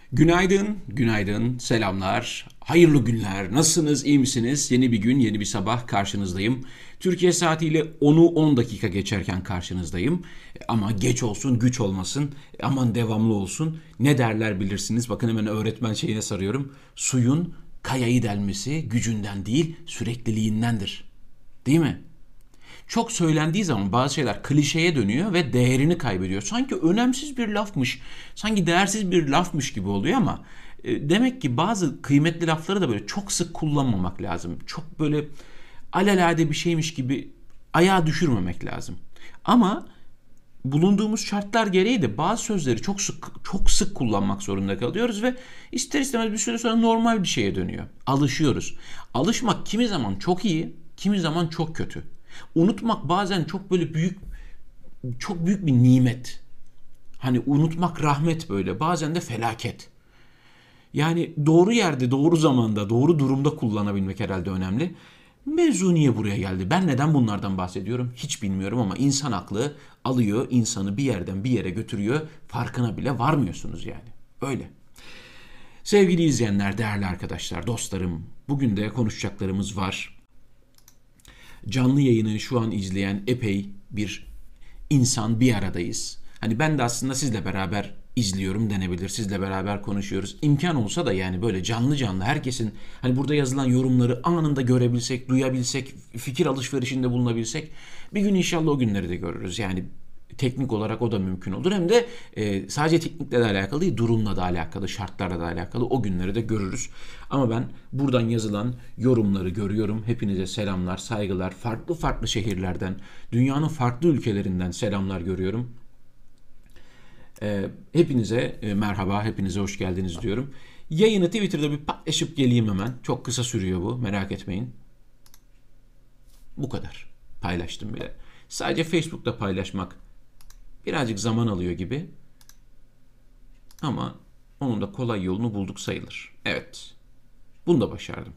Günaydın, günaydın, selamlar, hayırlı günler. Nasılsınız, iyi misiniz? Yeni bir gün, yeni bir sabah karşınızdayım. Türkiye saatiyle 10'u 10 dakika geçerken karşınızdayım. Ama geç olsun, güç olmasın, aman devamlı olsun. Ne derler bilirsiniz. Bakın hemen öğretmen şeyine sarıyorum. Suyun kayayı delmesi gücünden değil, sürekliliğindendir. Değil mi? Çok söylendiği zaman bazı şeyler klişeye dönüyor ve değerini kaybediyor. Sanki önemsiz bir lafmış, sanki değersiz bir lafmış gibi oluyor ama demek ki bazı kıymetli lafları da böyle çok sık kullanmamak lazım. Çok böyle alelade bir şeymiş gibi ayağa düşürmemek lazım. Ama bulunduğumuz şartlar gereği de bazı sözleri çok sık kullanmak zorunda kalıyoruz ve ister istemez bir süre sonra normal bir şeye dönüyor. Alışıyoruz. Alışmak kimi zaman çok iyi, kimi zaman çok kötü. Unutmak bazen çok büyük bir nimet. Hani unutmak rahmet böyle, bazen de felaket. Yani doğru yerde, doğru zamanda, doğru durumda kullanabilmek herhalde önemli. Mevzu niye buraya geldi? Ben neden bunlardan bahsediyorum? Hiç bilmiyorum ama insan aklı alıyor, insanı bir yerden bir yere götürüyor. Farkına bile varmıyorsunuz yani. Öyle. Sevgili izleyenler, değerli arkadaşlar, dostlarım, bugün de konuşacaklarımız var. Canlı yayını şu an izleyen epey bir insan bir aradayız. Hani ben de aslında sizle beraber izliyorum denebilir. Sizle beraber konuşuyoruz. İmkan olsa da yani böyle canlı canlı herkesin hani burada yazılan yorumları anında görebilsek, duyabilsek, fikir alışverişinde bulunabilsek bir gün inşallah o günleri de görürüz. Yani teknik olarak o da mümkün olur. Hem de sadece teknikle de alakalı değil, durumla da alakalı, şartlarla da alakalı o günleri de görürüz. Ama ben buradan yazılan yorumları görüyorum. Hepinize selamlar, saygılar. Farklı farklı şehirlerden, dünyanın farklı ülkelerinden selamlar görüyorum. Hepinize merhaba, hepinize hoş geldiniz diyorum. Yayını Twitter'da bir paylaşıp geleyim hemen. Çok kısa sürüyor bu, merak etmeyin. Bu kadar. Paylaştım bile. Sadece Facebook'ta paylaşmak birazcık zaman alıyor gibi. Ama onun da kolay yolunu bulduk sayılır. Evet. Bunu da başardım.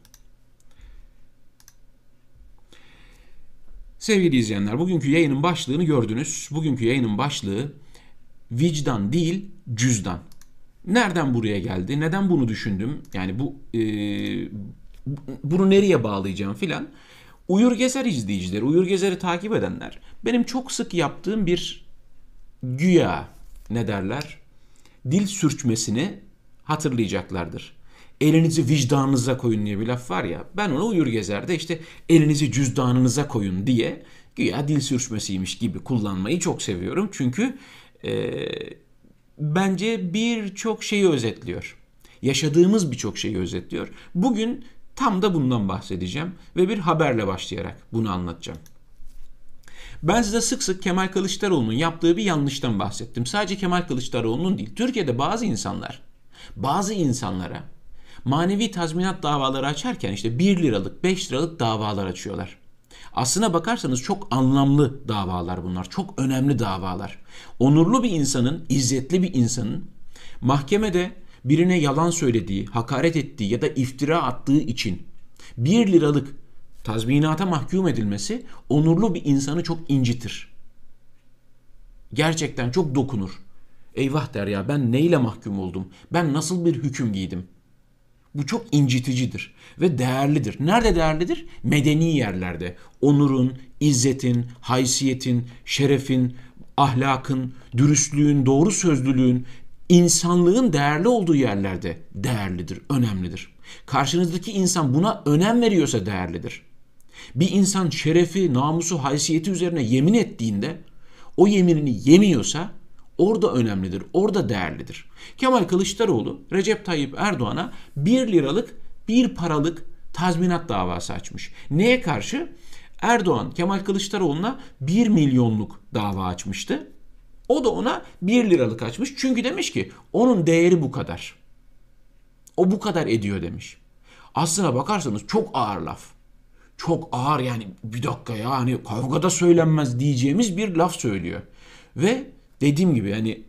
Sevgili izleyenler, bugünkü yayının başlığını gördünüz. Bugünkü yayının başlığı vicdan değil, cüzdan. Nereden buraya geldi? Neden bunu düşündüm? Yani bunu nereye bağlayacağım filan. Uyur Gezer izleyicileri, Uyur Gezer'i takip edenler benim çok sık yaptığım bir güya ne derler? Dil sürçmesini hatırlayacaklardır. Elinizi vicdanınıza koyun diye bir laf var ya. Ben onu Uyur Gezer'de işte elinizi cüzdanınıza koyun diye güya dil sürçmesiymiş gibi kullanmayı çok seviyorum. Çünkü bence birçok şeyi özetliyor. Yaşadığımız birçok şeyi özetliyor. Bugün tam da bundan bahsedeceğim ve bir haberle başlayarak bunu anlatacağım. Ben size sık sık Kemal Kılıçdaroğlu'nun yaptığı bir yanlıştan bahsettim. Sadece Kemal Kılıçdaroğlu'nun değil. Türkiye'de bazı insanlara manevi tazminat davaları açarken işte 1 liralık, 5 liralık davalar açıyorlar. Aslına bakarsanız çok anlamlı davalar bunlar. Çok önemli davalar. Onurlu bir insanın, izzetli bir insanın mahkemede birine yalan söylediği, hakaret ettiği ya da iftira attığı için 1 liralık tazminata mahkum edilmesi onurlu bir insanı çok incitir. Gerçekten çok dokunur. Eyvah der ya, ben neyle mahkum oldum? Ben nasıl bir hüküm giydim? Bu çok inciticidir ve değerlidir. Nerede değerlidir? Medeni yerlerde. Onurun, izzetin, haysiyetin, şerefin, ahlakın, dürüstlüğün, doğru sözlülüğün, insanlığın değerli olduğu yerlerde değerlidir, önemlidir. Karşınızdaki insan buna önem veriyorsa değerlidir. Bir insan şerefi, namusu, haysiyeti üzerine yemin ettiğinde o yeminini yemiyorsa orada önemlidir, orada değerlidir. Kemal Kılıçdaroğlu Recep Tayyip Erdoğan'a 1 liralık, bir paralık tazminat davası açmış. Neye karşı? Erdoğan Kemal Kılıçdaroğlu'na 1 milyonluk dava açmıştı. O da ona 1 liralık açmış. Çünkü demiş ki onun değeri bu kadar. O bu kadar ediyor demiş. Aslına bakarsanız çok ağır laf. Çok ağır, yani bir dakika ya, hani kavgada söylenmez diyeceğimiz bir laf söylüyor. Ve dediğim gibi hani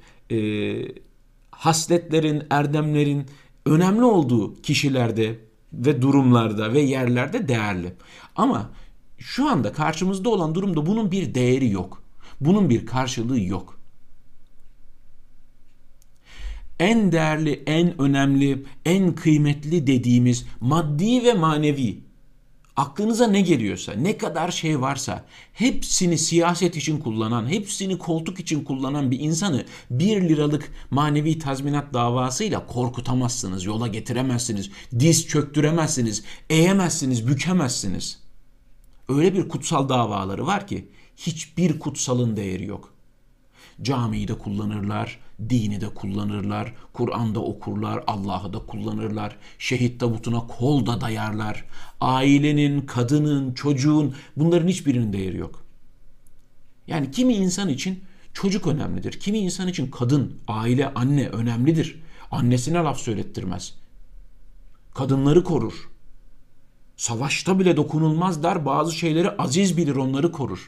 hasletlerin, erdemlerin önemli olduğu kişilerde ve durumlarda ve yerlerde değerli. Ama şu anda karşımızda olan durumda bunun bir değeri yok. Bunun bir karşılığı yok. en değerli, en önemli, en kıymetli dediğimiz maddi ve manevi, aklınıza ne geliyorsa, ne kadar şey varsa hepsini siyaset için kullanan, hepsini koltuk için kullanan bir insanı 1 liralık manevi tazminat davasıyla korkutamazsınız, yola getiremezsiniz, diz çöktüremezsiniz, eğemezsiniz, bükemezsiniz. Öyle bir kutsal davaları var ki hiçbir kutsalın değeri yok. Camiyi de kullanırlar, dini de kullanırlar, Kur'an'da okurlar, Allah'ı da kullanırlar, şehit tabutuna kol da dayarlar. Ailenin, kadının, çocuğun, bunların hiçbirinin değeri yok. Yani kimi insan için çocuk önemlidir, kimi insan için kadın, aile, anne önemlidir. Annesine laf söylettirmez. Kadınları korur. Savaşta bile dokunulmaz der, bazı şeyleri aziz bilir, onları korur.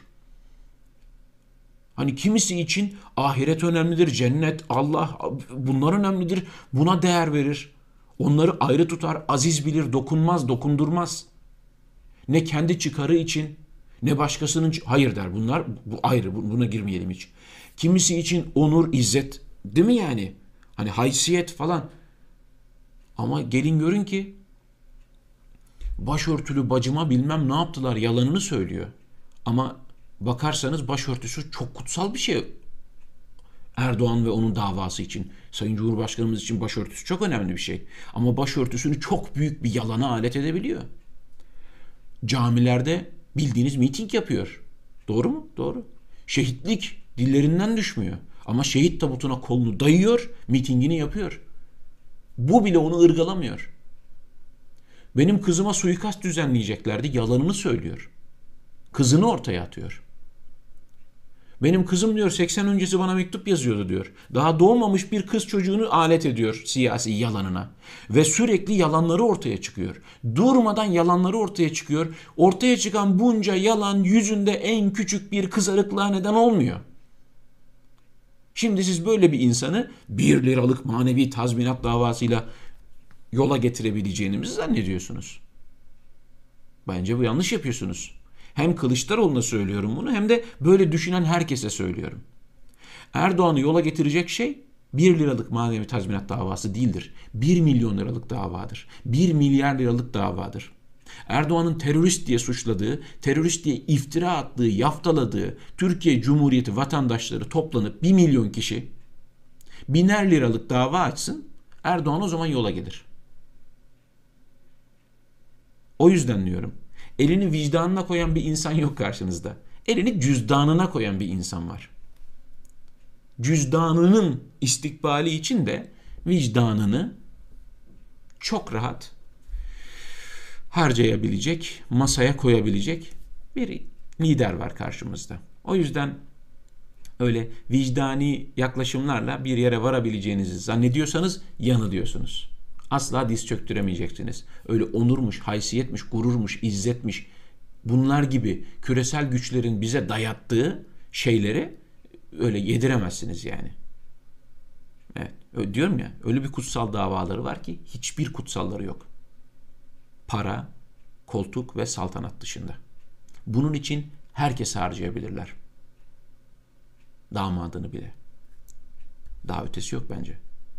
Hani kimisi için ahiret önemlidir, cennet, Allah, bunlar önemlidir. Buna değer verir. Onları ayrı tutar, aziz bilir, dokunmaz, dokundurmaz. Ne kendi çıkarı için, ne başkasının... Hayır der, bunlar bu ayrı, buna girmeyelim hiç. Kimisi için onur, izzet, değil mi yani? Hani haysiyet falan. Ama gelin görün ki başörtülü bacıma bilmem ne yaptılar yalanını söylüyor. Ama bakarsanız başörtüsü çok kutsal bir şey. Erdoğan ve onun davası için, Sayın Cumhurbaşkanımız için başörtüsü çok önemli bir şey. Ama başörtüsünü çok büyük bir yalana alet edebiliyor. Camilerde bildiğiniz miting yapıyor. Doğru mu? Doğru. Şehitlik dillerinden düşmüyor. Ama şehit tabutuna kolunu dayıyor, mitingini yapıyor. Bu bile onu ırgalamıyor. Benim kızıma suikast düzenleyeceklerdi, yalanını söylüyor. Kızını ortaya atıyor. Benim kızım diyor 80 öncesi bana mektup yazıyordu diyor. Daha doğmamış bir kız çocuğunu alet ediyor siyasi yalanına. Ve sürekli yalanları ortaya çıkıyor. Durmadan yalanları ortaya çıkıyor. Ortaya çıkan bunca yalan yüzünde en küçük bir kızarıklığa neden olmuyor. Şimdi siz böyle bir insanı 1 liralık manevi tazminat davasıyla yola getirebileceğinizi zannediyorsunuz. Bence bu yanlış yapıyorsunuz. Hem Kılıçdaroğlu'na söylüyorum bunu hem de böyle düşünen herkese söylüyorum. Erdoğan'ı yola getirecek şey 1 liralık manevi tazminat davası değildir. 1 milyon liralık davadır. 1 milyar liralık davadır. Erdoğan'ın terörist diye suçladığı, terörist diye iftira attığı, yaftaladığı Türkiye Cumhuriyeti vatandaşları toplanıp 1 milyon kişi 1000'er liralık dava açsın, Erdoğan o zaman yola gelir. O yüzden diyorum. Elini vicdanına koyan bir insan yok karşınızda. Elini cüzdanına koyan bir insan var. Cüzdanının istikbali için de vicdanını çok rahat harcayabilecek, masaya koyabilecek bir lider var karşımızda. O yüzden öyle vicdani yaklaşımlarla bir yere varabileceğinizi zannediyorsanız yanılıyorsunuz. Asla diz çöktüremeyeceksiniz. Öyle onurmuş, haysiyetmiş, gururmuş, izzetmiş, bunlar gibi küresel güçlerin bize dayattığı şeyleri öyle yediremezsiniz yani. Evet, diyorum ya, öyle bir kutsal davaları var ki hiçbir kutsalları yok. Para, koltuk ve saltanat dışında. Bunun için herkes harcayabilirler. Damadını bile. Daha ötesi yok bence.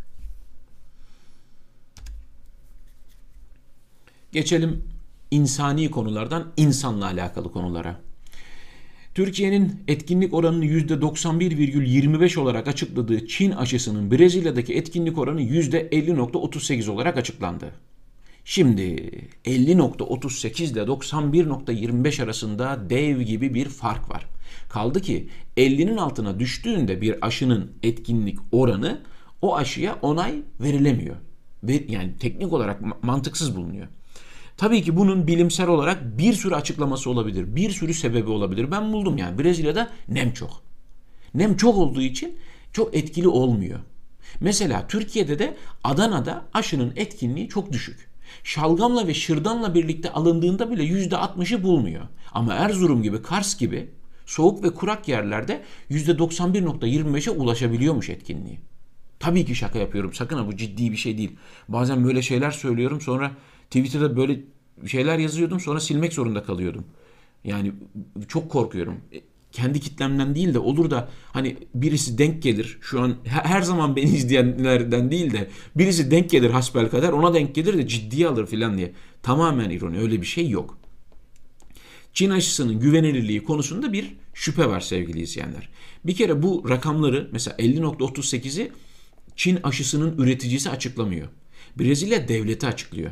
Geçelim insani konulardan insanla alakalı konulara. Türkiye'nin etkinlik oranını %91,25 olarak açıkladığı Çin aşısının Brezilya'daki etkinlik oranı %50,38 olarak açıklandı. Şimdi 50,38 ile 91,25 arasında dev gibi bir fark var. Kaldı ki 50'nin altına düştüğünde bir aşının etkinlik oranı o aşıya onay verilemiyor. Ve yani teknik olarak mantıksız bulunuyor. Tabii ki bunun bilimsel olarak bir sürü açıklaması olabilir. Bir sürü sebebi olabilir. Ben buldum yani. Brezilya'da nem çok. Nem çok olduğu için çok etkili olmuyor. Mesela Türkiye'de de Adana'da aşının etkinliği çok düşük. Şalgamla ve şırdanla birlikte alındığında bile %60'ı bulmuyor. Ama Erzurum gibi, Kars gibi soğuk ve kurak yerlerde %91,25'e ulaşabiliyormuş etkinliği. Tabii ki şaka yapıyorum. Sakın ha, bu ciddi bir şey değil. Bazen böyle şeyler söylüyorum, sonra Twitter'da böyle şeyler yazıyordum, sonra silmek zorunda kalıyordum. Yani çok korkuyorum. kendi kitlemden değil de olur da hani birisi denk gelir. Şu an her zaman beni izleyenlerden değil de birisi denk gelir hasbelkader, ona denk gelir de ciddiye alır filan diye. Tamamen ironi, öyle bir şey yok. Çin aşısının güvenilirliği konusunda bir şüphe var sevgili izleyenler. Bir kere bu rakamları mesela 50.38'i Çin aşısının üreticisi açıklamıyor. Brezilya devleti açıklıyor.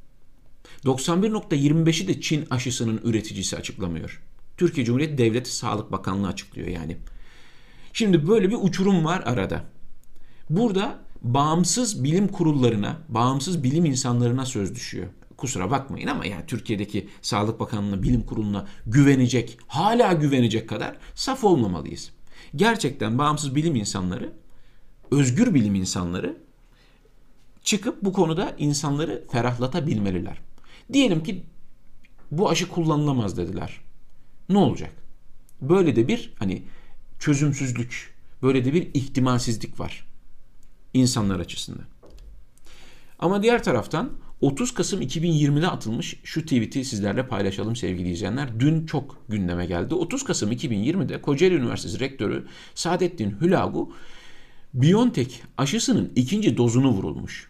91.25'i de Çin aşısının üreticisi açıklamıyor. Türkiye Cumhuriyeti Devleti Sağlık Bakanlığı açıklıyor yani. Şimdi böyle bir uçurum var arada. Burada bağımsız bilim kurullarına, bağımsız bilim insanlarına söz düşüyor. Kusura bakmayın ama yani Türkiye'deki Sağlık Bakanlığı'na, bilim kuruluna güvenecek, hala güvenecek kadar saf olmamalıyız. Gerçekten bağımsız bilim insanları, özgür bilim insanları çıkıp bu konuda insanları ferahlatabilmeliler. Diyelim ki bu aşı kullanılamaz dediler. Ne olacak? Böyle de bir hani çözümsüzlük, böyle de bir ihtimalsizlik var insanlar açısından. Ama diğer taraftan 30 Kasım 2020'de atılmış şu tweet'i sizlerle paylaşalım sevgili izleyenler. Dün çok gündeme geldi. 30 Kasım 2020'de Kocaeli Üniversitesi Rektörü Saadettin Hülagu BioNTech aşısının 2. dozunu vurulmuş.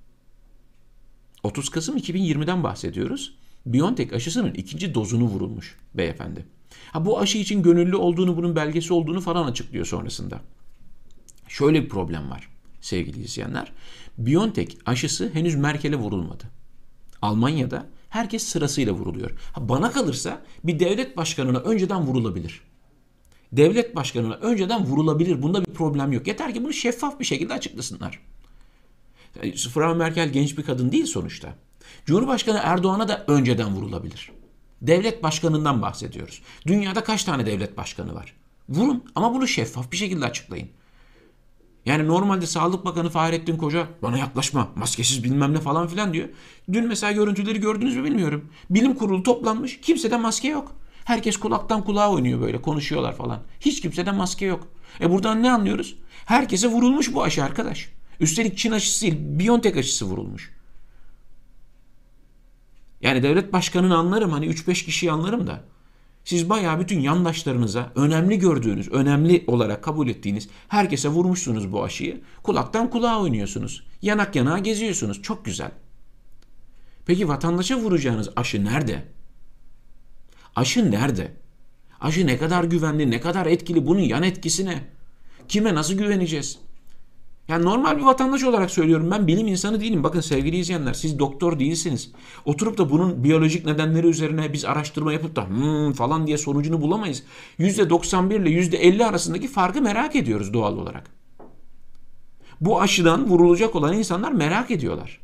30 Kasım 2020'den bahsediyoruz. BioNTech aşısının 2. dozunu vurulmuş beyefendi. Bu aşı için gönüllü olduğunu, bunun belgesi olduğunu falan açıklıyor sonrasında. Şöyle bir problem var sevgili izleyenler. BioNTech aşısı henüz Merkel'e vurulmadı. Almanya'da herkes sırasıyla vuruluyor. Bana kalırsa bir devlet başkanına önceden vurulabilir. Devlet başkanına önceden vurulabilir. Bunda bir problem yok. Yeter ki bunu şeffaf bir şekilde açıklasınlar. Frau Merkel genç bir kadın değil sonuçta. Cumhurbaşkanı Erdoğan'a da önceden vurulabilir. Devlet başkanından bahsediyoruz. Dünyada kaç tane devlet başkanı var? Vurun ama bunu şeffaf bir şekilde açıklayın. Yani normalde Sağlık Bakanı Fahrettin Koca bana yaklaşma, maskesiz bilmem ne falan filan diyor. Dün mesela görüntüleri gördünüz mü bilmiyorum. Bilim kurulu toplanmış, kimsede maske yok. Herkes kulaktan kulağa oynuyor böyle, konuşuyorlar falan. Hiç kimsede maske yok. Buradan ne anlıyoruz? Herkese vurulmuş bu aşı arkadaş. Üstelik Çin aşısı değil, BioNTech aşısı vurulmuş. Yani devlet başkanını anlarım, hani 3-5 kişiyi anlarım da. Siz bayağı bütün yandaşlarınıza önemli gördüğünüz, önemli olarak kabul ettiğiniz herkese vurmuşsunuz bu aşıyı. Kulaktan kulağa oynuyorsunuz. Yanak yanağa geziyorsunuz. Çok güzel. Peki vatandaşa vuracağınız aşı nerede? Aşı nerede? Aşı ne kadar güvenli, ne kadar etkili, bunun yan etkisi ne? Kime nasıl güveneceğiz? Yani normal bir vatandaş olarak söylüyorum, ben bilim insanı değilim. Bakın sevgili izleyenler, siz doktor değilsiniz. Oturup da bunun biyolojik nedenleri üzerine biz araştırma yapıp da falan diye sonucunu bulamayız. %91 ile %50 arasındaki farkı merak ediyoruz doğal olarak. Bu aşıdan vurulacak olan insanlar merak ediyorlar.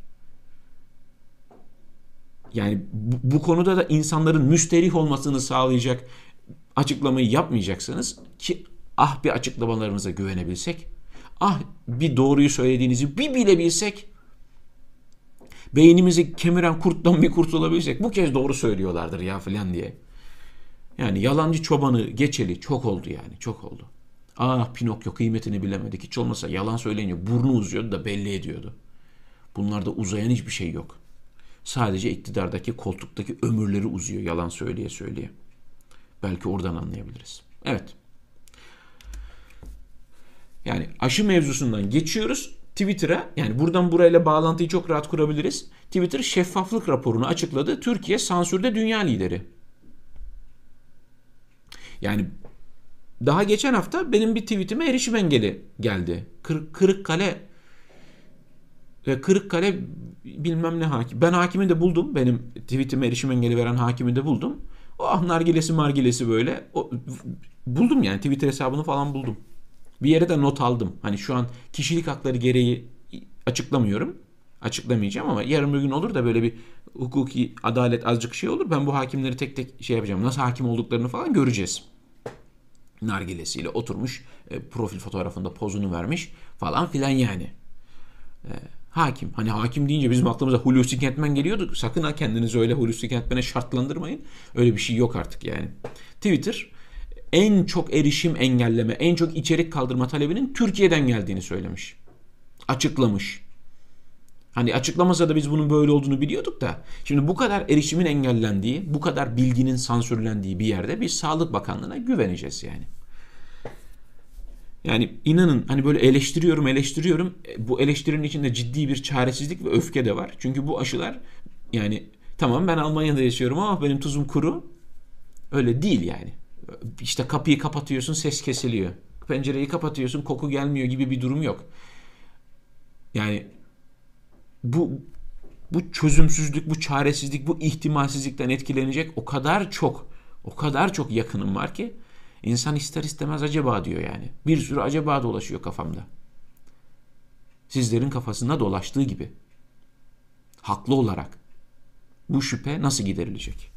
Yani bu konuda da insanların müsterih olmasını sağlayacak açıklamayı yapmayacaksanız ki bir açıklamalarınıza güvenebilsek, bir doğruyu söylediğinizi bir bilebilsek, beynimizi kemiren kurttan bir kurtulabilsek, bu kez doğru söylüyorlardır ya falan diye. Yani yalancı çobanı geçeli çok oldu yani, çok oldu. Pinokyo kıymetini bilemedik. Hiç olmasa yalan söyleniyor. Burnu uzuyordu da belli ediyordu. Bunlarda uzayan hiçbir şey yok. Sadece iktidardaki, koltuktaki ömürleri uzuyor yalan söyleye söyleye. Belki oradan anlayabiliriz. Evet. Yani aşı mevzusundan geçiyoruz Twitter'a. Yani buradan burayla bağlantıyı çok rahat kurabiliriz. Twitter şeffaflık raporunu açıkladı. Türkiye sansürde dünya lideri. Yani daha geçen hafta benim bir tweetime erişim engeli geldi. Kırıkkale bilmem ne hakim. Ben hakimi de buldum. Benim tweetime erişim engeli veren hakimi de buldum. Nargilesi margilesi böyle. Buldum yani, Twitter hesabını falan buldum. Bir yere de not aldım. Hani şu an kişilik hakları gereği açıklamıyorum. Açıklamayacağım ama yarın bir gün olur da böyle bir hukuki adalet azıcık şey olur. Ben bu hakimleri tek tek şey yapacağım. Nasıl hakim olduklarını falan göreceğiz. Nargilesiyle oturmuş, profil fotoğrafında pozunu vermiş falan filan yani. Hakim. Hani hakim deyince bizim aklımıza Hulusi Kentmen geliyordu. Sakın ha kendinizi öyle Hulusi Kentmen'e şartlandırmayın. Öyle bir şey yok artık yani. Twitter en çok erişim engelleme, en çok içerik kaldırma talebinin Türkiye'den geldiğini söylemiş. Açıklamış. Hani açıklamasa da biz bunun böyle olduğunu biliyorduk da. Şimdi bu kadar erişimin engellendiği, bu kadar bilginin sansürlendiği bir yerde biz Sağlık Bakanlığı'na güveneceğiz yani. Yani inanın hani böyle eleştiriyorum. Bu eleştirinin içinde ciddi bir çaresizlik ve öfke de var. Çünkü bu aşılar yani tamam ben Almanya'da yaşıyorum ama benim tuzum kuru. Öyle değil yani. İşte kapıyı kapatıyorsun ses kesiliyor. Pencereyi kapatıyorsun koku gelmiyor gibi bir durum yok. Yani bu çözümsüzlük, bu çaresizlik, bu ihtimalsizlikten etkilenecek o kadar çok yakınım var ki insan ister istemez acaba diyor yani. Bir sürü acaba dolaşıyor kafamda. Sizlerin kafasında dolaştığı gibi. Haklı olarak. Bu şüphe nasıl giderilecek?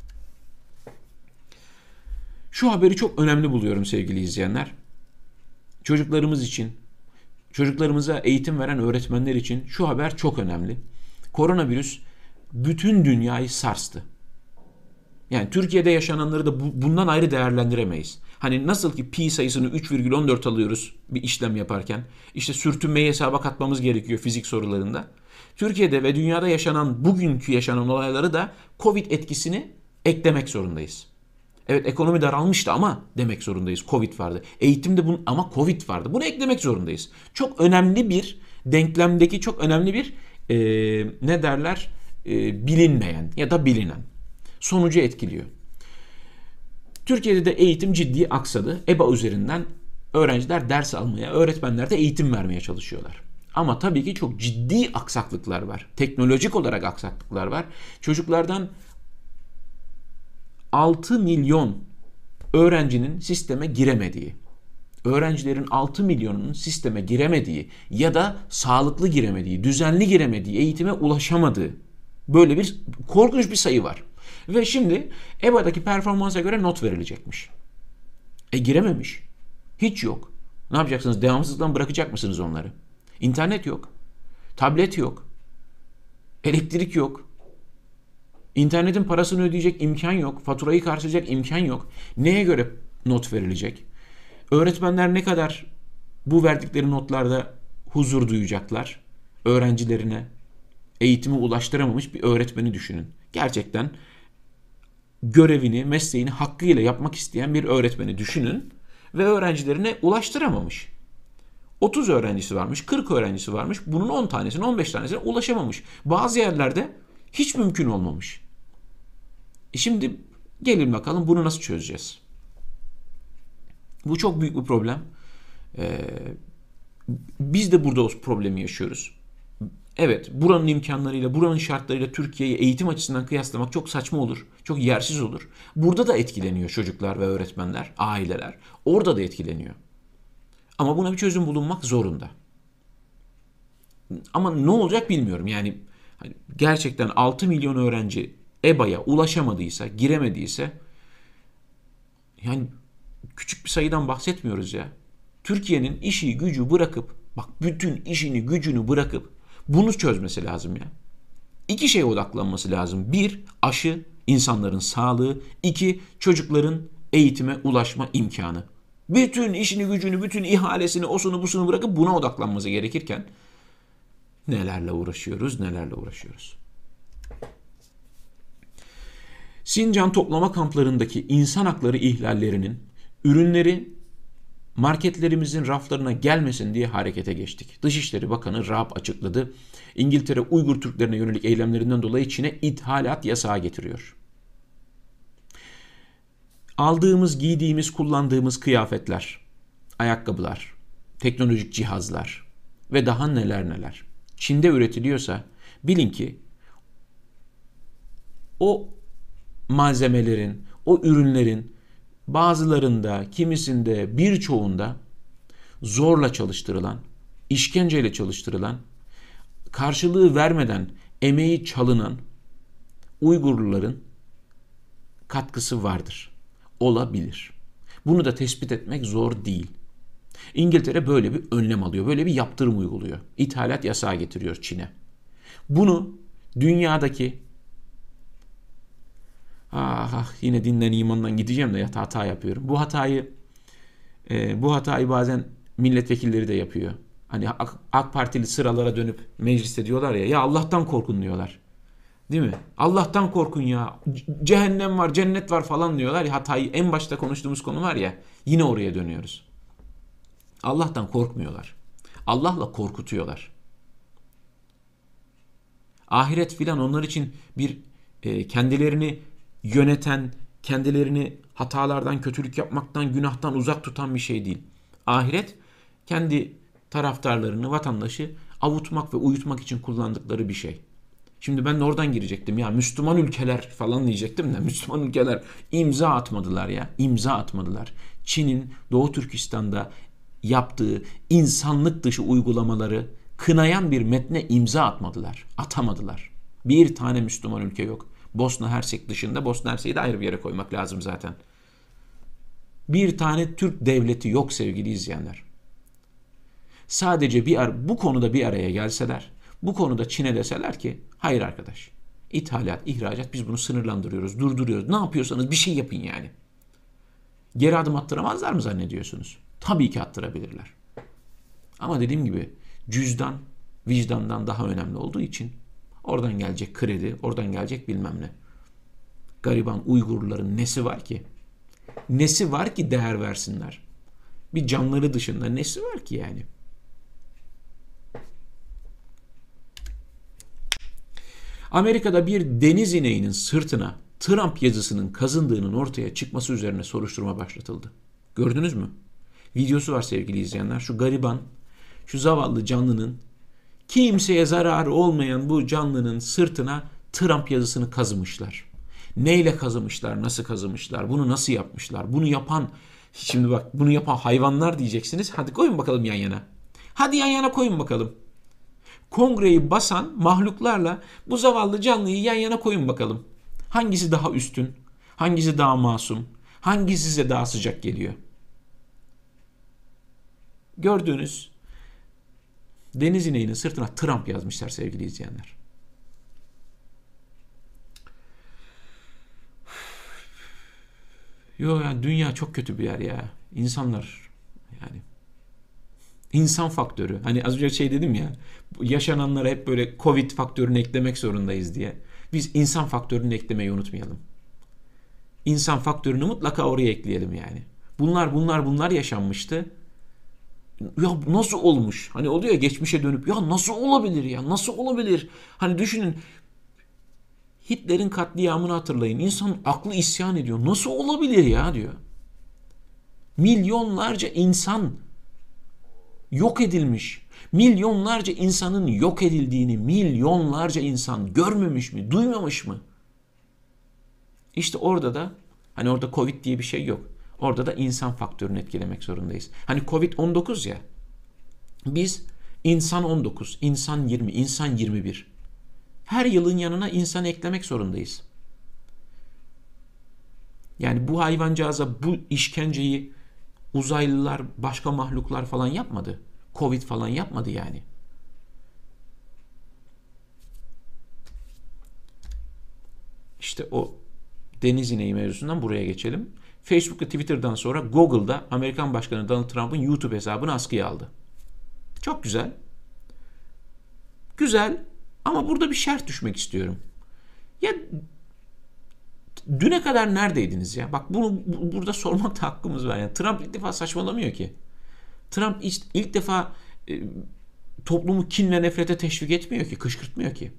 Şu haberi çok önemli buluyorum sevgili izleyenler. Çocuklarımız için, çocuklarımıza eğitim veren öğretmenler için şu haber çok önemli. Koronavirüs bütün dünyayı sarstı. Yani Türkiye'de yaşananları da bundan ayrı değerlendiremeyiz. Hani nasıl ki pi sayısını 3,14 alıyoruz bir işlem yaparken, işte sürtünmeyi hesaba katmamız gerekiyor fizik sorularında. Türkiye'de ve dünyada bugünkü yaşanan olayları da Covid etkisini eklemek zorundayız. Evet ekonomi daralmıştı ama demek zorundayız. Covid vardı. Eğitimde ama Covid vardı. Bunu eklemek zorundayız. Çok önemli bir denklemdeki çok önemli bir ne derler bilinmeyen ya da bilinen sonucu etkiliyor. Türkiye'de de eğitim ciddi aksadı. EBA üzerinden öğrenciler ders almaya, öğretmenler de eğitim vermeye çalışıyorlar. Ama tabii ki çok ciddi aksaklıklar var. Teknolojik olarak aksaklıklar var. Çocuklardan 6 milyon öğrencinin sisteme giremediği, öğrencilerin 6 milyonunun sisteme giremediği ya da sağlıklı giremediği, düzenli giremediği, eğitime ulaşamadığı böyle bir korkunç bir sayı var. Ve şimdi EBA'daki performansa göre not verilecekmiş. Girememiş. Hiç yok. Ne yapacaksınız? Devamsızlıktan bırakacak mısınız onları? İnternet yok. Tablet yok. Elektrik yok. İnternetin parasını ödeyecek imkan yok. Faturayı karşılayacak imkan yok. Neye göre not verilecek? Öğretmenler ne kadar bu verdikleri notlarda huzur duyacaklar? Öğrencilerine eğitimi ulaştıramamış bir öğretmeni düşünün. Gerçekten görevini, mesleğini hakkıyla yapmak isteyen bir öğretmeni düşünün ve öğrencilerine ulaştıramamış. 30 öğrencisi varmış, 40 öğrencisi varmış. Bunun 10 tanesine, 15 tanesine ulaşamamış. Bazı yerlerde hiç mümkün olmamış. Şimdi gelin bakalım bunu nasıl çözeceğiz? Bu çok büyük bir problem. Biz de burada o problemi yaşıyoruz. Evet, buranın imkanlarıyla, buranın şartlarıyla Türkiye'yi eğitim açısından kıyaslamak çok saçma olur. Çok yersiz olur. Burada da etkileniyor çocuklar ve öğretmenler, aileler. Orada da etkileniyor. Ama buna bir çözüm bulunmak zorunda. Ama ne olacak bilmiyorum. Yani gerçekten 6 milyon öğrenci EBA'ya ulaşamadıysa, giremediyse yani küçük bir sayıdan bahsetmiyoruz ya. Türkiye'nin işi gücü bırakıp bak bütün işini gücünü bırakıp bunu çözmesi lazım ya. İki şeye odaklanması lazım. Bir, aşı, insanların sağlığı. İki, çocukların eğitime ulaşma imkanı. Bütün işini gücünü, bütün ihalesini, osunu busunu bırakıp buna odaklanması gerekirken nelerle uğraşıyoruz. Sincan toplama kamplarındaki insan hakları ihlallerinin ürünleri marketlerimizin raflarına gelmesin diye harekete geçtik. Dışişleri Bakanı Raab açıkladı. İngiltere Uygur Türklerine yönelik eylemlerinden dolayı Çin'e ithalat yasağı getiriyor. Aldığımız, giydiğimiz, kullandığımız kıyafetler, ayakkabılar, teknolojik cihazlar ve daha neler Çin'de üretiliyorsa bilin ki o malzemelerin, o ürünlerin bazılarında, kimisinde, birçoğunda zorla çalıştırılan, işkenceyle çalıştırılan, karşılığı vermeden emeği çalınan Uygurluların katkısı vardır. Olabilir. Bunu da tespit etmek zor değil. İngiltere böyle bir önlem alıyor, böyle bir yaptırım uyguluyor. İthalat yasağı getiriyor Çin'e. Bunu dünyadaki yine dinden imandan gideceğim de hata yapıyorum. Bu hatayı bazen milletvekilleri de yapıyor. Hani AK Partili sıralara dönüp mecliste diyorlar ya Allah'tan korkun diyorlar. Değil mi? Allah'tan korkun ya. Cehennem var, cennet var falan diyorlar ya. Hatayı en başta konuştuğumuz konu var ya. Yine oraya dönüyoruz. Allah'tan korkmuyorlar. Allah'la korkutuyorlar. Ahiret filan onlar için bir kendilerini yöneten, kendilerini hatalardan, kötülük yapmaktan, günahtan uzak tutan bir şey değil. Ahiret kendi taraftarlarını, vatandaşı avutmak ve uyutmak için kullandıkları bir şey. Şimdi ben de oradan girecektim ya Müslüman ülkeler falan diyecektim de Müslüman ülkeler imza atmadılar ya. İmza atmadılar. Çin'in Doğu Türkistan'da yaptığı insanlık dışı uygulamaları kınayan bir metne imza atmadılar. Atamadılar. Bir tane Müslüman ülke yok. Bosna Hersek dışında, Bosna Hersek'i de ayrı bir yere koymak lazım zaten. Bir tane Türk devleti yok sevgili izleyenler. Sadece bu konuda bir araya gelseler, bu konuda Çin'e deseler ki hayır arkadaş, ithalat, ihracat biz bunu sınırlandırıyoruz, durduruyoruz. Ne yapıyorsanız bir şey yapın yani. Geri adım attıramazlar mı zannediyorsunuz? Tabii ki attırabilirler. Ama dediğim gibi cüzdan vicdandan daha önemli olduğu için oradan gelecek kredi, oradan gelecek bilmem ne. Gariban Uygurların nesi var ki? Nesi var ki değer versinler? Bir canları dışında nesi var ki yani? Amerika'da bir deniz ineğinin sırtına Trump yazısının kazındığının ortaya çıkması üzerine soruşturma başlatıldı. Gördünüz mü? Videosu var sevgili izleyenler. Şu gariban, şu zavallı canlının, kimseye zararı olmayan bu canlının sırtına Trump yazısını kazımışlar. Neyle kazımışlar, nasıl kazımışlar, bunu nasıl yapmışlar, bunu yapan, şimdi bak bunu yapan hayvanlar diyeceksiniz. Hadi koyun bakalım yan yana. Hadi yan yana koyun bakalım. Kongreyi basan mahluklarla bu zavallı canlıyı yan yana koyun bakalım. Hangisi daha üstün? Hangisi daha masum? Hangisi size daha sıcak geliyor? Gördüğünüz deniz ineğinin sırtına Trump yazmışlar sevgili izleyenler. Yo yani dünya çok kötü bir yer ya. İnsanlar yani İnsan faktörü. Hani az önce şey dedim ya, yaşananlara hep böyle Covid faktörünü eklemek zorundayız diye. Biz insan faktörünü eklemeyi unutmayalım. İnsan faktörünü mutlaka oraya ekleyelim yani. Bunlar yaşanmıştı. Ya nasıl olmuş? Hani oluyor ya geçmişe dönüp ya nasıl olabilir ya? Nasıl olabilir? Hani düşünün Hitler'in katliamını hatırlayın. İnsan aklı isyan ediyor. Nasıl olabilir ya diyor. Milyonlarca insan yok edilmiş. Milyonlarca insanın yok edildiğini milyonlarca insan görmemiş mi, duymamış mı? İşte orada da hani orada Covid diye bir şey yok. Orada da insan faktörünü etkilemek zorundayız. Hani Covid-19 ya. Biz insan 19, insan 20, insan 21. Her yılın yanına insan eklemek zorundayız. Yani bu hayvancağıza bu işkenceyi uzaylılar, başka mahluklar falan yapmadı. Covid falan yapmadı yani. İşte o deniz ineği mevzusundan buraya geçelim. Facebook ve Twitter'dan sonra Google'da Amerikan Başkanı Donald Trump'ın YouTube hesabını askıya aldı. Çok güzel. Güzel ama burada bir şerh düşmek istiyorum. Ya düne kadar neredeydiniz ya? Bak bunu burada sormak da hakkımız var. Yani Trump ilk defa saçmalamıyor ki. Trump ilk defa toplumu kin ve nefrete teşvik etmiyor ki, kışkırtmıyor ki.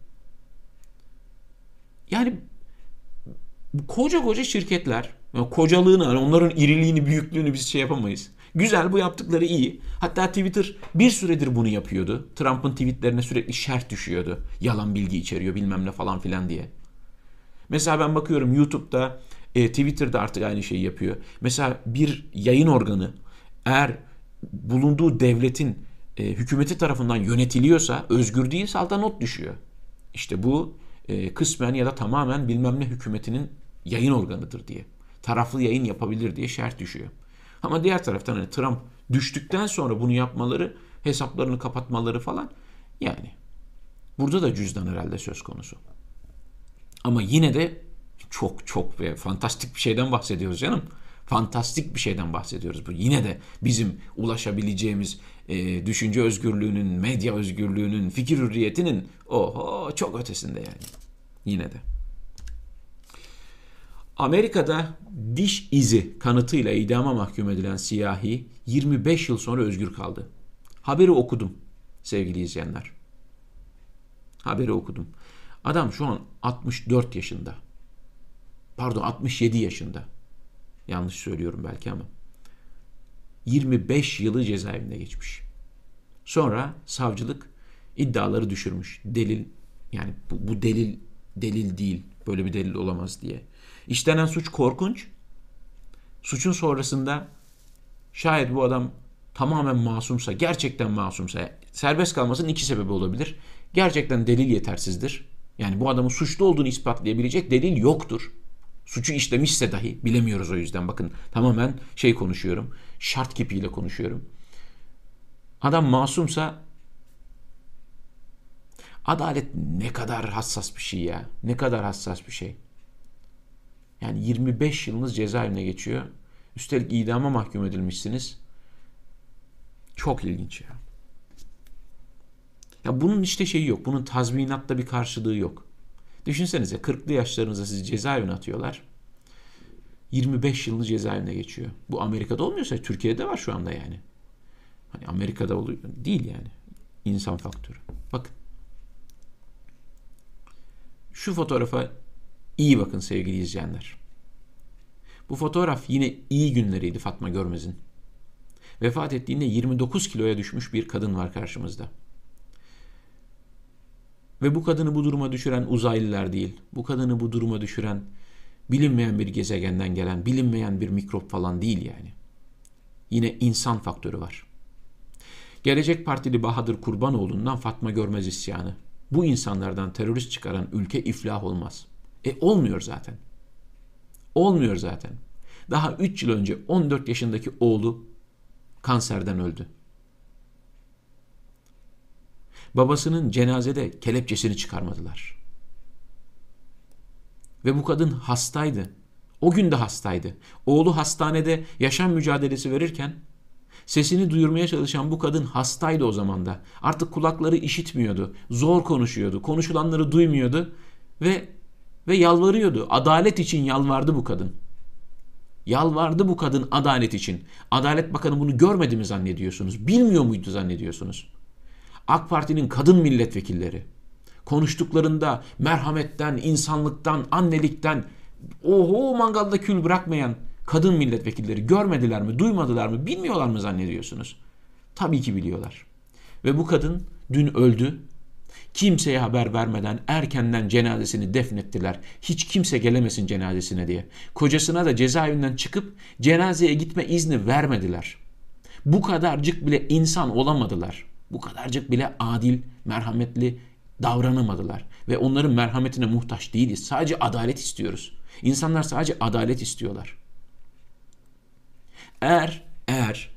Yani koca şirketler, yani kocalığını, onların iriliğini, büyüklüğünü biz şey yapamayız. Güzel, bu yaptıkları iyi. Hatta Twitter bir süredir bunu yapıyordu. Trump'ın tweetlerine sürekli şerh düşüyordu. Yalan bilgi içeriyor bilmem ne falan filan diye. Mesela ben bakıyorum YouTube'da, Twitter'da artık aynı şeyi yapıyor. Mesela bir yayın organı eğer bulunduğu devletin hükümeti tarafından yönetiliyorsa, özgür değilse alta not düşüyor. İşte bu kısmen ya da tamamen bilmem ne hükümetinin yayın organıdır diye. Taraflı yayın yapabilir diye şerh düşüyor. Ama diğer taraftan hani Trump düştükten sonra bunu yapmaları, hesaplarını kapatmaları falan, yani burada da cüzdan herhalde söz konusu. Ama yine de çok ve fantastik bir şeyden bahsediyoruz canım. Fantastik bir şeyden bahsediyoruz. Bu yine de bizim ulaşabileceğimiz düşünce özgürlüğünün, medya özgürlüğünün, fikir hürriyetinin çok ötesinde yani. Yine de. Amerika'da diş izi kanıtıyla idama mahkum edilen siyahi 25 yıl sonra özgür kaldı. Haberi okudum sevgili izleyenler. Haberi okudum. Adam şu an 64 yaşında. Pardon 67 yaşında. Yanlış söylüyorum belki ama. 25 yılı cezaevinde geçmiş. Sonra savcılık iddiaları düşürmüş. Delil yani bu delil değil. Böyle bir delil olamaz diye. İşlenen suç korkunç. Suçun sonrasında şayet bu adam tamamen masumsa, gerçekten masumsa serbest kalmasının iki sebebi olabilir. Gerçekten delil yetersizdir. Yani bu adamın suçlu olduğunu ispatlayabilecek delil yoktur. Suçu işlemişse dahi bilemiyoruz o yüzden. Bakın tamamen konuşuyorum. Şart kipiyle konuşuyorum. Adam masumsa adalet ne kadar hassas bir şey ya. Ne kadar hassas bir şey. Yani 25 yılınız cezaevine geçiyor. Üstelik idama mahkum edilmişsiniz. Çok ilginç ya. Ya bunun yok. Bunun tazminatta bir karşılığı yok. Düşünsenize 40'lı yaşlarınızda sizi cezaevine atıyorlar. 25 yılını cezaevine geçiyor. Bu Amerika'da olmuyorsa Türkiye'de var şu anda yani. Hani Amerika'da oluyor değil yani. İnsan faktörü. Bakın. Şu fotoğrafa iyi bakın sevgili izleyenler. Bu fotoğraf yine iyi günleriydi Fatma Görmez'in. Vefat ettiğinde 29 kiloya düşmüş bir kadın var karşımızda. Ve bu kadını bu duruma düşüren uzaylılar değil. Bu kadını bu duruma düşüren bilinmeyen bir gezegenden gelen, bilinmeyen bir mikrop falan değil yani. Yine insan faktörü var. Gelecek Partili Bahadır Kurbanoğlu'ndan Fatma Görmez isyanı. Bu insanlardan terörist çıkaran ülke iflah olmaz. Olmuyor zaten. Olmuyor zaten. Daha 3 yıl önce 14 yaşındaki oğlu kanserden öldü. Babasının cenazede kelepçesini çıkarmadılar. Ve bu kadın hastaydı. O gün de hastaydı. Oğlu hastanede yaşam mücadelesi verirken sesini duyurmaya çalışan bu kadın hastaydı o zaman da. Artık kulakları işitmiyordu. Zor konuşuyordu. Konuşulanları duymuyordu ve yalvarıyordu. Adalet için yalvardı bu kadın. Yalvardı bu kadın adalet için. Adalet Bakanı bunu görmedi mi zannediyorsunuz? Bilmiyor muydu zannediyorsunuz? AK Parti'nin kadın milletvekilleri konuştuklarında merhametten, insanlıktan, annelikten mangalda kül bırakmayan kadın milletvekilleri görmediler mi, duymadılar mı, bilmiyorlar mı zannediyorsunuz? Tabii ki biliyorlar. Ve bu kadın dün öldü. Kimseye haber vermeden erkenden cenazesini defnettiler. Hiç kimse gelemesin cenazesine diye. Kocasına da cezaevinden çıkıp cenazeye gitme izni vermediler. Bu kadarcık bile insan olamadılar. Bu kadarcık bile adil, merhametli davranamadılar. Ve onların merhametine muhtaç değiliz. Sadece adalet istiyoruz. İnsanlar sadece adalet istiyorlar. Eğer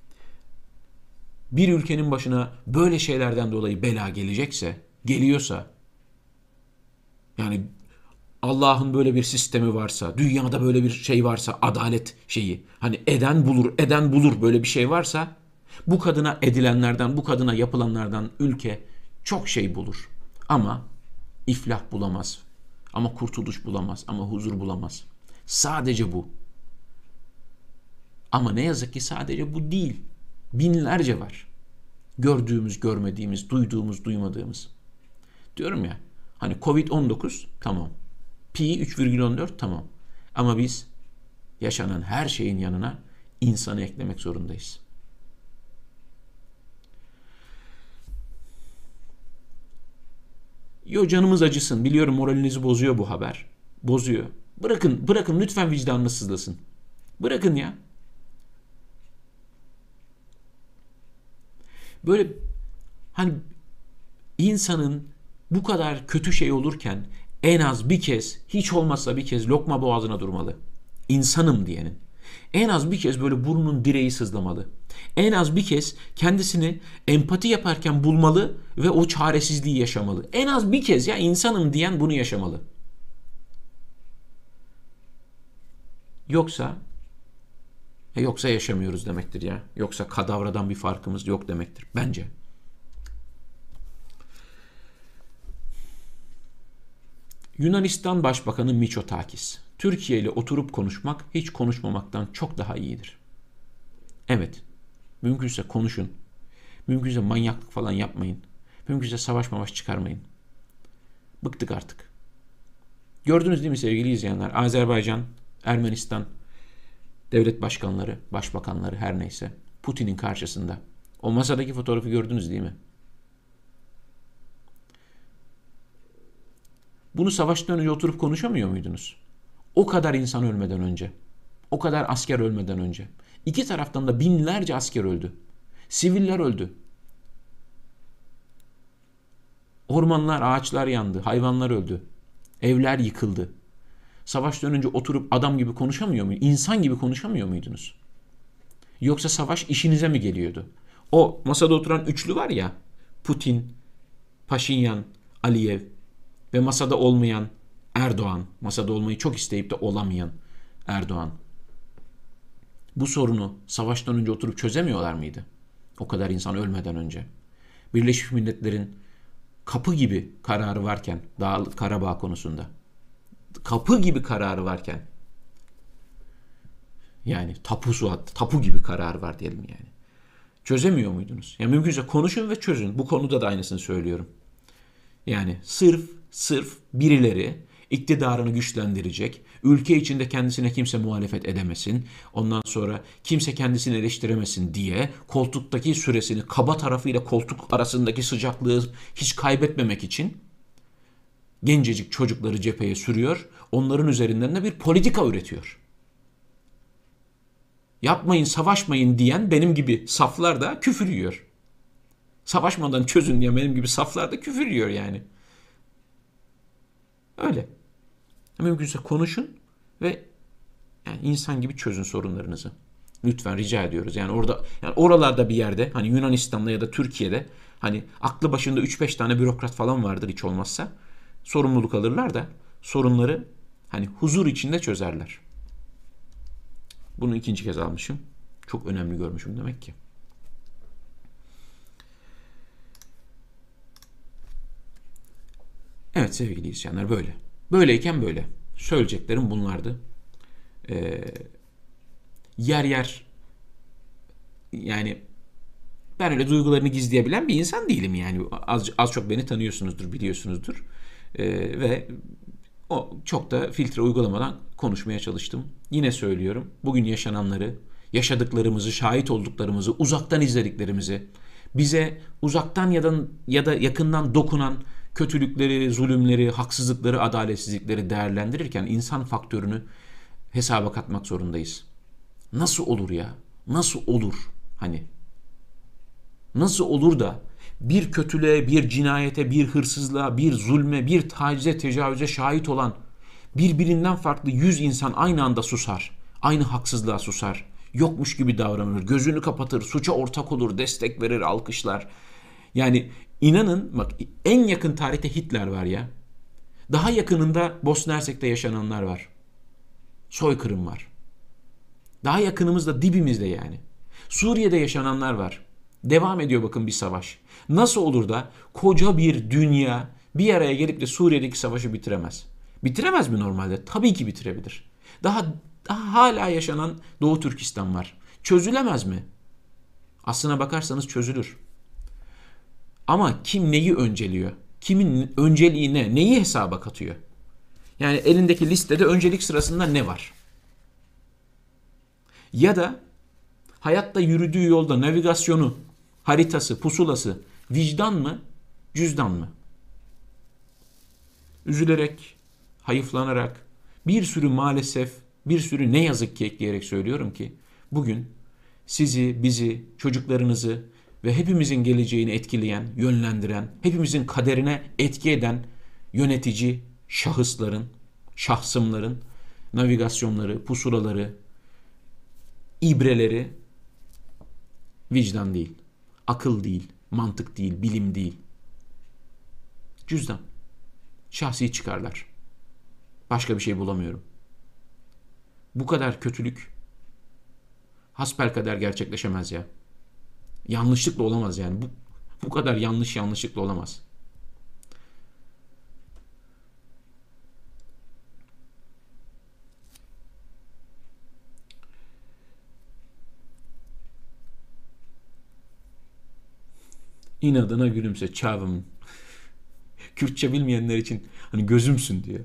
bir ülkenin başına böyle şeylerden dolayı bela geliyorsa, yani Allah'ın böyle bir sistemi varsa, dünyada böyle bir şey varsa, adalet şeyi, hani eden bulur böyle bir şey varsa, bu kadına edilenlerden, bu kadına yapılanlardan ülke çok şey bulur. Ama iflah bulamaz. Ama kurtuluş bulamaz. Ama huzur bulamaz. Sadece bu. Ama ne yazık ki sadece bu değil. Binlerce var. Gördüğümüz, görmediğimiz, duyduğumuz, duymadığımız. Diyorum ya, hani Covid-19 tamam. Pi 3,14 tamam. Ama biz yaşanan her şeyin yanına insanı eklemek zorundayız. Canımız acısın. Biliyorum moralinizi bozuyor bu haber. Bozuyor. Bırakın lütfen vicdanınız sızlasın. Bırakın ya. Böyle hani insanın bu kadar kötü şey olurken en az bir kez, hiç olmazsa bir kez lokma boğazına durmalı. İnsanım diyenin. En az bir kez böyle burnunun direği sızlamalı. En az bir kez kendisini empati yaparken bulmalı ve o çaresizliği yaşamalı. En az bir kez ya insanım diyen bunu yaşamalı. Yoksa Yoksa yaşamıyoruz demektir ya. Yoksa kadavradan bir farkımız yok demektir bence. Yunanistan Başbakanı Mitsotakis. Türkiye ile oturup konuşmak hiç konuşmamaktan çok daha iyidir. Evet. Mümkünse konuşun. Mümkünse manyaklık falan yapmayın. Mümkünse savaş çıkarmayın. Bıktık artık. Gördünüz değil mi sevgili izleyenler? Azerbaycan, Ermenistan devlet başkanları, başbakanları her neyse Putin'in karşısında. O masadaki fotoğrafı gördünüz değil mi? Bunu savaştan önce oturup konuşamıyor muydunuz? O kadar insan ölmeden önce. O kadar asker ölmeden önce. İki taraftan da binlerce asker öldü. Siviller öldü. Ormanlar, ağaçlar yandı. Hayvanlar öldü. Evler yıkıldı. Savaştan önce oturup adam gibi konuşamıyor muydunuz? İnsan gibi konuşamıyor muydunuz? Yoksa savaş işinize mi geliyordu? O masada oturan üçlü var ya, Putin, Paşinyan, Aliyev ve masada olmayan Erdoğan, masada olmayı çok isteyip de olamayan Erdoğan. Bu sorunu savaştan önce oturup çözemiyorlar mıydı? O kadar insan ölmeden önce. Birleşmiş Milletler'in kapı gibi kararı varken, Karabağ konusunda, kapı gibi kararı varken, yani tapu gibi kararı var diyelim yani. Çözemiyor muydunuz? Yani mümkünse konuşun ve çözün. Bu konuda da aynısını söylüyorum. Yani sırf birileri iktidarını güçlendirecek, ülke içinde kendisine kimse muhalefet edemesin, ondan sonra kimse kendisini eleştiremesin diye koltuktaki süresini, kaba tarafıyla koltuk arasındaki sıcaklığı hiç kaybetmemek için gencecik çocukları cepheye sürüyor, onların üzerinden de bir politika üretiyor. Yapmayın, savaşmayın diyen benim gibi saflar da küfür yiyor. Savaşmadan çözün diye benim gibi saflar da küfür yiyor yani. Öyle. Mümkünse konuşun ve yani insan gibi çözün sorunlarınızı. Lütfen rica ediyoruz. Yani oralarda bir yerde hani Yunanistan'da ya da Türkiye'de hani aklı başında 3-5 tane bürokrat falan vardır hiç olmazsa. Sorumluluk alırlar da sorunları hani huzur içinde çözerler. Bunu ikinci kez almışım. Çok önemli görmüşüm demek ki. Evet sevgili izleyenler böyle. Böyleyken böyle. Söyleyeceklerim bunlardı. Yer yer yani ben öyle duygularını gizleyebilen bir insan değilim yani. Az çok beni tanıyorsunuzdur, biliyorsunuzdur. Ve o çok da filtre uygulamadan konuşmaya çalıştım. Yine söylüyorum. Bugün yaşananları, yaşadıklarımızı, şahit olduklarımızı, uzaktan izlediklerimizi, bize uzaktan ya da yakından dokunan kötülükleri, zulümleri, haksızlıkları, adaletsizlikleri değerlendirirken insan faktörünü hesaba katmak zorundayız. Nasıl olur ya? Nasıl olur? Hani nasıl olur da bir kötülüğe, bir cinayete, bir hırsızlığa, bir zulme, bir tacize, tecavüze şahit olan birbirinden farklı 100 insan aynı anda susar. Aynı haksızlığa susar. Yokmuş gibi davranır. Gözünü kapatır. Suça ortak olur. Destek verir. Alkışlar. Yani inanın bak en yakın tarihte Hitler var ya. Daha yakınında Bosna Hersek'te yaşananlar var. Soykırım var. Daha yakınımızda dibimizde yani. Suriye'de yaşananlar var. Devam ediyor bakın bir savaş. Nasıl olur da koca bir dünya bir araya gelip de Suriye'deki savaşı bitiremez? Bitiremez mi normalde? Tabii ki bitirebilir. Daha hala yaşanan Doğu Türkistan var. Çözülemez mi? Aslına bakarsanız çözülür. Ama kim neyi önceliyor? Kimin önceliği ne? Neyi hesaba katıyor? Yani elindeki listede öncelik sırasında ne var? Ya da hayatta yürüdüğü yolda navigasyonu, haritası, pusulası vicdan mı, cüzdan mı? Üzülerek, hayıflanarak, maalesef, bir sürü ne yazık ki ekleyerek söylüyorum ki bugün sizi, bizi, çocuklarınızı ve hepimizin geleceğini etkileyen, yönlendiren, hepimizin kaderine etki eden yönetici şahısların, şahsımların navigasyonları, pusulaları, ibreleri vicdan değil, akıl değil, mantık değil, bilim değil. Cüzdan. Şahsi çıkarlar. Başka bir şey bulamıyorum. Bu kadar kötülük, Hasbelkader gerçekleşemez ya. Yanlışlıkla olamaz yani. Bu kadar yanlışlıkla olamaz. İnadına gülümse çavım. Kürtçe bilmeyenler için hani gözümsün diyor.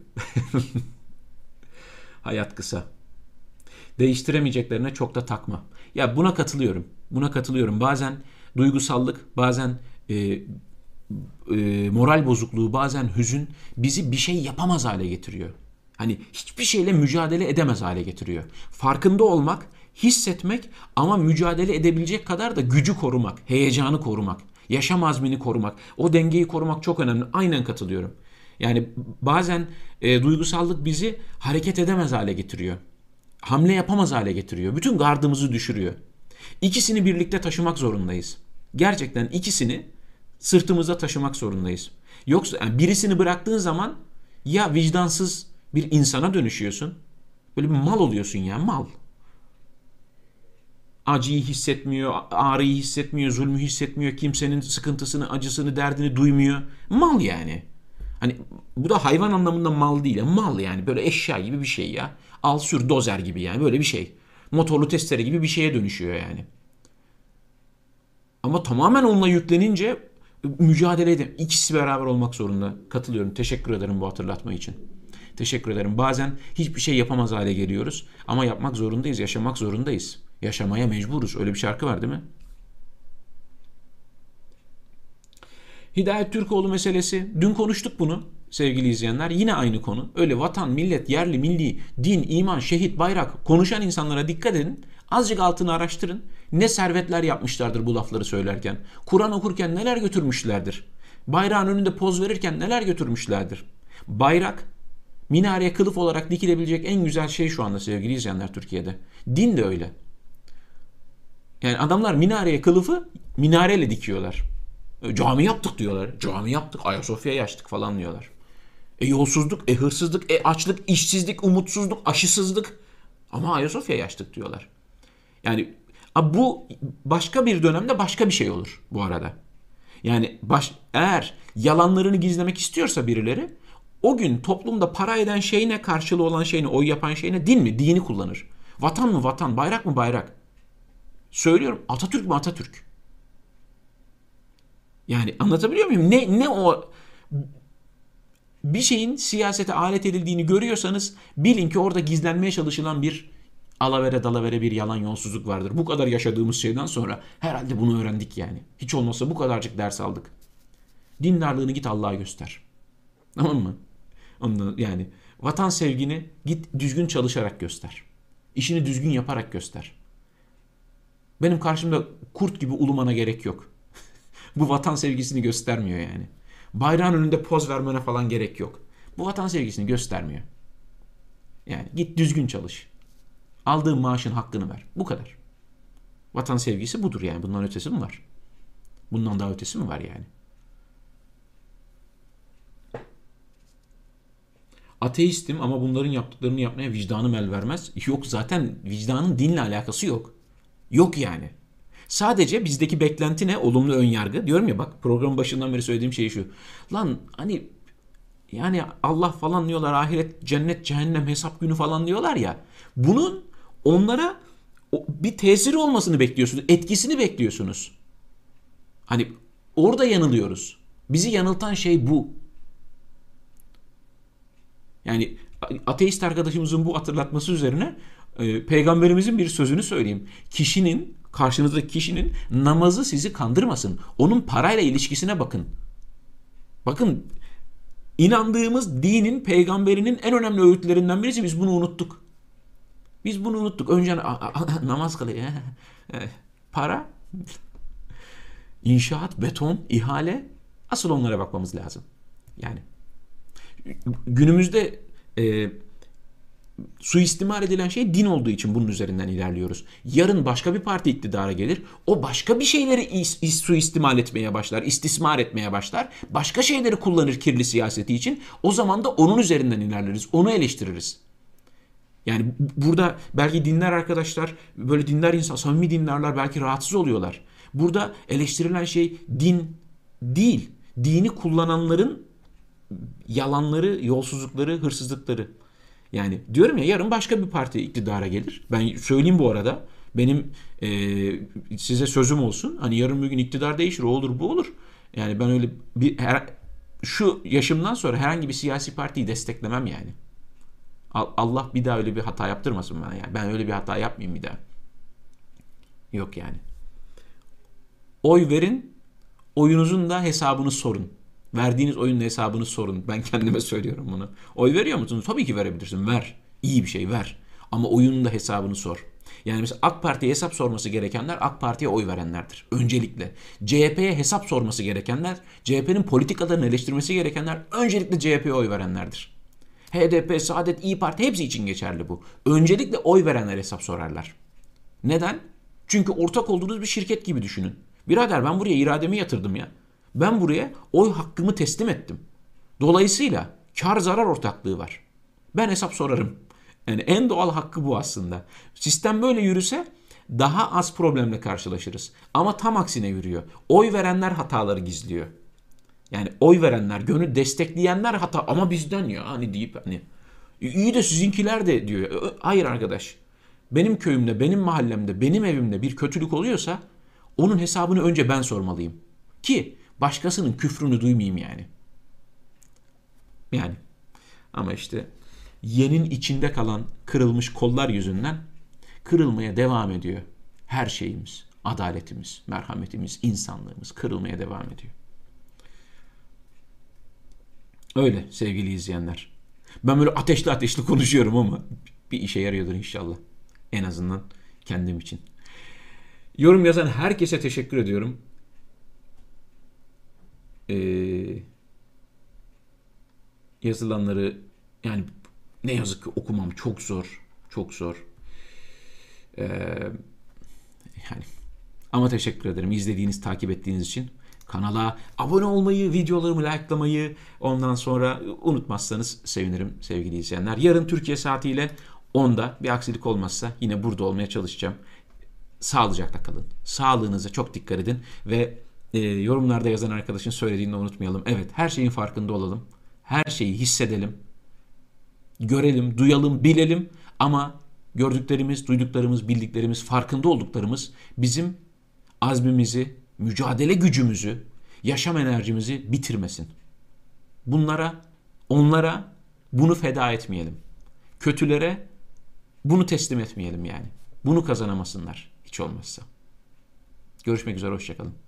Hayat kısa. Değiştiremeyeceklerine çok da takma. Ya buna katılıyorum. Buna katılıyorum. Bazen duygusallık, bazen moral bozukluğu, bazen hüzün bizi bir şey yapamaz hale getiriyor. Hani hiçbir şeyle mücadele edemez hale getiriyor. Farkında olmak, hissetmek ama mücadele edebilecek kadar da gücü korumak, heyecanı korumak, yaşam azmini korumak, o dengeyi korumak çok önemli. Aynen katılıyorum. Yani bazen duygusallık bizi hareket edemez hale getiriyor. Hamle yapamaz hale getiriyor. Bütün gardımızı düşürüyor. İkisini birlikte taşımak zorundayız. Gerçekten ikisini sırtımızda taşımak zorundayız. Yoksa yani birisini bıraktığın zaman ya vicdansız bir insana dönüşüyorsun. Böyle bir mal oluyorsun ya, mal. Acıyı hissetmiyor, ağrıyı hissetmiyor, zulmü hissetmiyor, kimsenin sıkıntısını, acısını, derdini duymuyor. Mal yani. Hani bu da hayvan anlamında mal değil. Mal yani böyle eşya gibi bir şey ya. Al sür dozer gibi yani böyle bir şey. Motorlu testere gibi bir şeye dönüşüyor yani. Ama tamamen onunla yüklenince mücadele edin. İkisi beraber olmak zorunda. Katılıyorum. Teşekkür ederim bu hatırlatma için. Teşekkür ederim. Bazen hiçbir şey yapamaz hale geliyoruz. Ama yapmak zorundayız. Yaşamak zorundayız. Yaşamaya mecburuz. Öyle bir şarkı var değil mi? Hidayet Türkoğlu meselesi. Dün konuştuk bunu sevgili izleyenler. Yine aynı konu. Öyle vatan, millet, yerli, milli, din, iman, şehit, bayrak konuşan insanlara dikkat edin. Azıcık altını araştırın. Ne servetler yapmışlardır bu lafları söylerken. Kur'an okurken neler götürmüşlerdir. Bayrağın önünde poz verirken neler götürmüşlerdir. Bayrak, minareye kılıf olarak dikilebilecek en güzel şey şu anda sevgili izleyenler Türkiye'de. Din de öyle. Yani adamlar minareye kılıfı minareyle dikiyorlar. Cami yaptık diyorlar. Cami yaptık, Ayasofya'yı açtık falan diyorlar. Yolsuzluk, hırsızlık, açlık, işsizlik, umutsuzluk, aşısızlık. Ama Ayasofya'yı açtık diyorlar. Yani bu başka bir dönemde başka bir şey olur bu arada. Yani eğer yalanlarını gizlemek istiyorsa birileri o gün toplumda para eden şey ne, karşılığı olan şey ne, oy yapan şey ne? Din mi? Dini kullanır. Vatan mı vatan, bayrak mı bayrak? Söylüyorum, Atatürk mü Atatürk? Yani anlatabiliyor muyum? Ne o bir şeyin siyasete alet edildiğini görüyorsanız bilin ki orada gizlenmeye çalışılan bir alavere dalavere bir yalan yolsuzluk vardır. Bu kadar yaşadığımız şeyden sonra herhalde bunu öğrendik yani. Hiç olmazsa bu kadarcık ders aldık. Dindarlığını git Allah'a göster. Tamam mı? Yani vatan sevgini git düzgün çalışarak göster. İşini düzgün yaparak göster. Benim karşımda kurt gibi ulumana gerek yok. Bu vatan sevgisini göstermiyor yani. Bayrağın önünde poz vermene falan gerek yok. Bu vatan sevgisini göstermiyor. Yani git düzgün çalış. Aldığın maaşın hakkını ver. Bu kadar. Vatan sevgisi budur yani. Bundan ötesi mi var? Bundan daha ötesi mi var yani? Ateistim ama bunların yaptıklarını yapmaya vicdanım el vermez. Yok zaten vicdanın dinle alakası yok. Yok yani. Sadece bizdeki beklenti ne? Olumlu ön yargı. Diyorum ya bak programın başından beri söylediğim şey şu. Lan hani yani Allah falan diyorlar, ahiret, cennet, cehennem, hesap günü falan diyorlar ya. Bunun onlara bir tesiri olmasını bekliyorsunuz. Etkisini bekliyorsunuz. Hani orada yanılıyoruz. Bizi yanıltan şey bu. Yani ateist arkadaşımızın bu hatırlatması üzerine peygamberimizin bir sözünü söyleyeyim. Karşınızdaki kişinin namazı sizi kandırmasın. Onun parayla ilişkisine bakın. Bakın inandığımız dinin, peygamberinin en önemli öğütlerinden birisi biz bunu unuttuk. Biz bunu unuttuk. Önce namaz kılıyor. Para, inşaat, beton, ihale. Asıl onlara bakmamız lazım. Yani günümüzde suistimal edilen şey din olduğu için bunun üzerinden ilerliyoruz. Yarın başka bir parti iktidara gelir. O başka bir şeyleri suistimal etmeye başlar, istismar etmeye başlar. Başka şeyleri kullanır kirli siyaseti için. O zaman da onun üzerinden ilerleriz. Onu eleştiririz. Yani burada belki dinler arkadaşlar, böyle dinler insan, samimi dinlerler belki rahatsız oluyorlar. Burada eleştirilen şey din değil. Dini kullananların yalanları, yolsuzlukları, hırsızlıkları. Yani diyorum ya, yarın başka bir parti iktidara gelir. Ben söyleyeyim bu arada. Benim size sözüm olsun. Hani yarın bir gün iktidar değişir, o olur bu olur. Yani ben öyle şu yaşımdan sonra herhangi bir siyasi partiyi desteklemem yani. Allah bir daha öyle bir hata yaptırmasın bana yani. Ben öyle bir hata yapmayayım bir daha. Yok yani. Oy verin, oyunuzun da hesabını sorun. Verdiğiniz oyunun hesabını sorun. Ben kendime söylüyorum bunu. Oy veriyor musunuz? Tabii ki verebilirsin. Ver. İyi bir şey ver. Ama oyunun da hesabını sor. Yani mesela AK Parti'ye hesap sorması gerekenler AK Parti'ye oy verenlerdir. Öncelikle. CHP'ye hesap sorması gerekenler, CHP'nin politikalarını eleştirmesi gerekenler öncelikle CHP'ye oy verenlerdir. HDP, Saadet, İYİ Parti hepsi için geçerli bu. Öncelikle oy verenler hesap sorarlar. Neden? Çünkü ortak olduğunuz bir şirket gibi düşünün. Birader, ben buraya irademi yatırdım ya. Ben buraya oy hakkımı teslim ettim. Dolayısıyla kar zarar ortaklığı var. Ben hesap sorarım. Yani en doğal hakkı bu aslında. Sistem böyle yürüse daha az problemle karşılaşırız. Ama tam aksine yürüyor. Oy verenler hataları gizliyor. Yani oy verenler, gönül destekleyenler hata, ama bizden ya hani deyip hani iyi de sizinkiler de diyor. Hayır arkadaş. Benim köyümde, benim mahallemde, benim evimde bir kötülük oluyorsa onun hesabını önce ben sormalıyım. Ki başkasının küfrünü duymayayım yani. Yani ama işte yenin içinde kalan kırılmış kollar yüzünden kırılmaya devam ediyor. Her şeyimiz, adaletimiz, merhametimiz, insanlığımız kırılmaya devam ediyor. Öyle sevgili izleyenler. Ben böyle ateşli ateşli konuşuyorum ama bir işe yarıyordur inşallah. En azından kendim için. Yorum yazan herkese teşekkür ediyorum. Yazılanları yani ne yazık ki okumam çok zor. Çok zor. Yani ama teşekkür ederim izlediğiniz, takip ettiğiniz için. Kanala abone olmayı, videolarımı likelamayı, ondan sonra unutmazsanız sevinirim sevgili izleyenler. Yarın Türkiye saatiyle 10'da bir aksilik olmazsa yine burada olmaya çalışacağım. Sağlıcakla kalın. Sağlığınıza çok dikkat edin ve yorumlarda yazan arkadaşın söylediğini unutmayalım. Evet, her şeyin farkında olalım. Her şeyi hissedelim. Görelim, duyalım, bilelim ama gördüklerimiz, duyduklarımız, bildiklerimiz, farkında olduklarımız bizim azmimizi, mücadele gücümüzü, yaşam enerjimizi bitirmesin. Onlara bunu feda etmeyelim. Kötülere bunu teslim etmeyelim yani. Bunu kazanamasınlar hiç olmazsa. Görüşmek üzere, hoşça kalın.